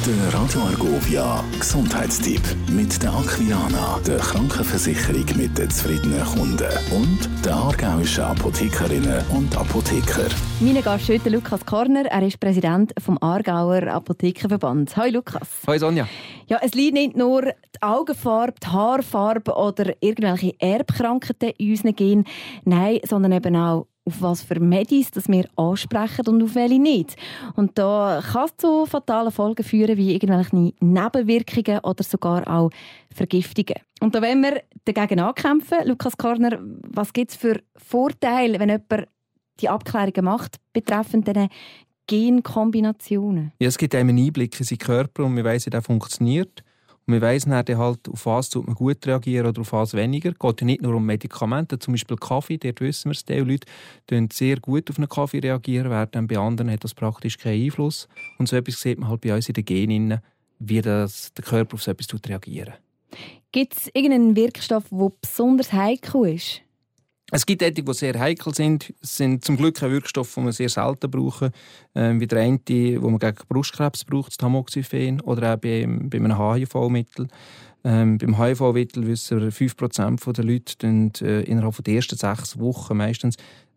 Der Radio Argovia Gesundheitstipp mit der Aquilana, der Krankenversicherung mit den zufriedenen Kunden und der aargauischen Apothekerinnen und Apotheker. Mein Gast ist heute Lukas Korner. Er ist Präsident vom Aargauer Apothekerverband. Hallo Lukas. Hallo Sonja. Ja, es liegt nicht nur die Augenfarbe, die Haarfarbe oder irgendwelche Erbkrankheiten in unseren Genen, nein, sondern eben auch auf was für Medis das wir ansprechen und auf welche nicht. Und da kann es zu fatalen Folgen führen, wie irgendwelche Nebenwirkungen oder sogar auch Vergiftungen. Und da wollen wir dagegen ankämpfen. Lukas Korner, was gibt es für Vorteile, wenn jemand die Abklärungen macht betreffend diesen Genkombinationen? Ja, es gibt einem einen Einblick in seinen Körper und man weiss, wie der funktioniert. Und man weiss dann halt, auf was man gut reagieren oder auf was weniger. Es geht ja nicht nur um Medikamente, zum Beispiel Kaffee, dort wissen wir es. Die Leute reagieren sehr gut auf einen Kaffee, während bei anderen hat das praktisch keinen Einfluss. Und so etwas sieht man halt bei uns in den Genen, wie der Körper auf so etwas reagiert. Gibt es irgendeinen Wirkstoff, der besonders heikel ist? Es gibt etliche, die sehr heikel sind. Es sind zum Glück auch Wirkstoffe, die wir sehr selten brauchen. Wie der eine, den man gegen Brustkrebs braucht, das Tamoxifen, oder auch bei einem HIV-Mittel. Beim HIV-Mittel wissen wir, 5% der Leute innerhalb der ersten 6 Wochen meistens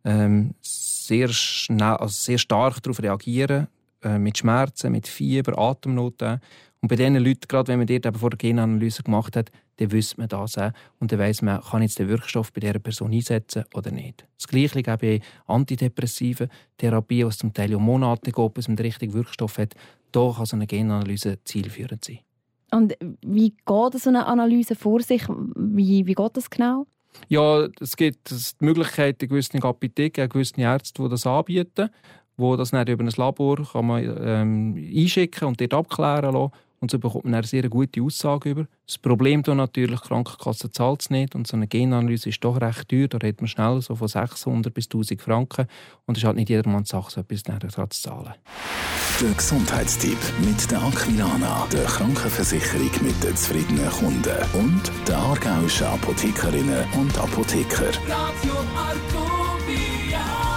sehr schnell, also sehr stark darauf reagieren. Mit Schmerzen, mit Fieber, Atemnot. Und bei diesen Leuten, gerade wenn man dort eben vor der Genanalyse gemacht hat, dann wüsste man das auch. Und dann weiss man, kann jetzt den Wirkstoff bei dieser Person einsetzen oder nicht. Das Gleiche auch bei antidepressiven Therapien, was zum Teil um Monate geht, bis man den richtigen Wirkstoff hat. Da kann so eine Genanalyse zielführend sein. Und wie geht so eine Analyse vor sich? Wie geht das genau? Ja, es gibt die Möglichkeit, in gewissen Apotheken, gewisse Ärzte, die das anbieten, wo das dann über ein Labor kann man einschicken und dort abklären lassen. Und so bekommt man eine sehr gute Aussage über. Das Problem ist natürlich, die Krankenkasse zahlt es nicht. Und so eine Genanalyse ist doch recht teuer. Da redet man schnell so von 600 bis 1000 Franken. Und es ist halt nicht jedermanns Sache, so etwas zu zahlen. Der Gesundheitstipp mit der Aquilana, der Krankenversicherung mit den zufriedenen Kunden und der aargauischen Apothekerinnen und Apotheker. Radio Argovia.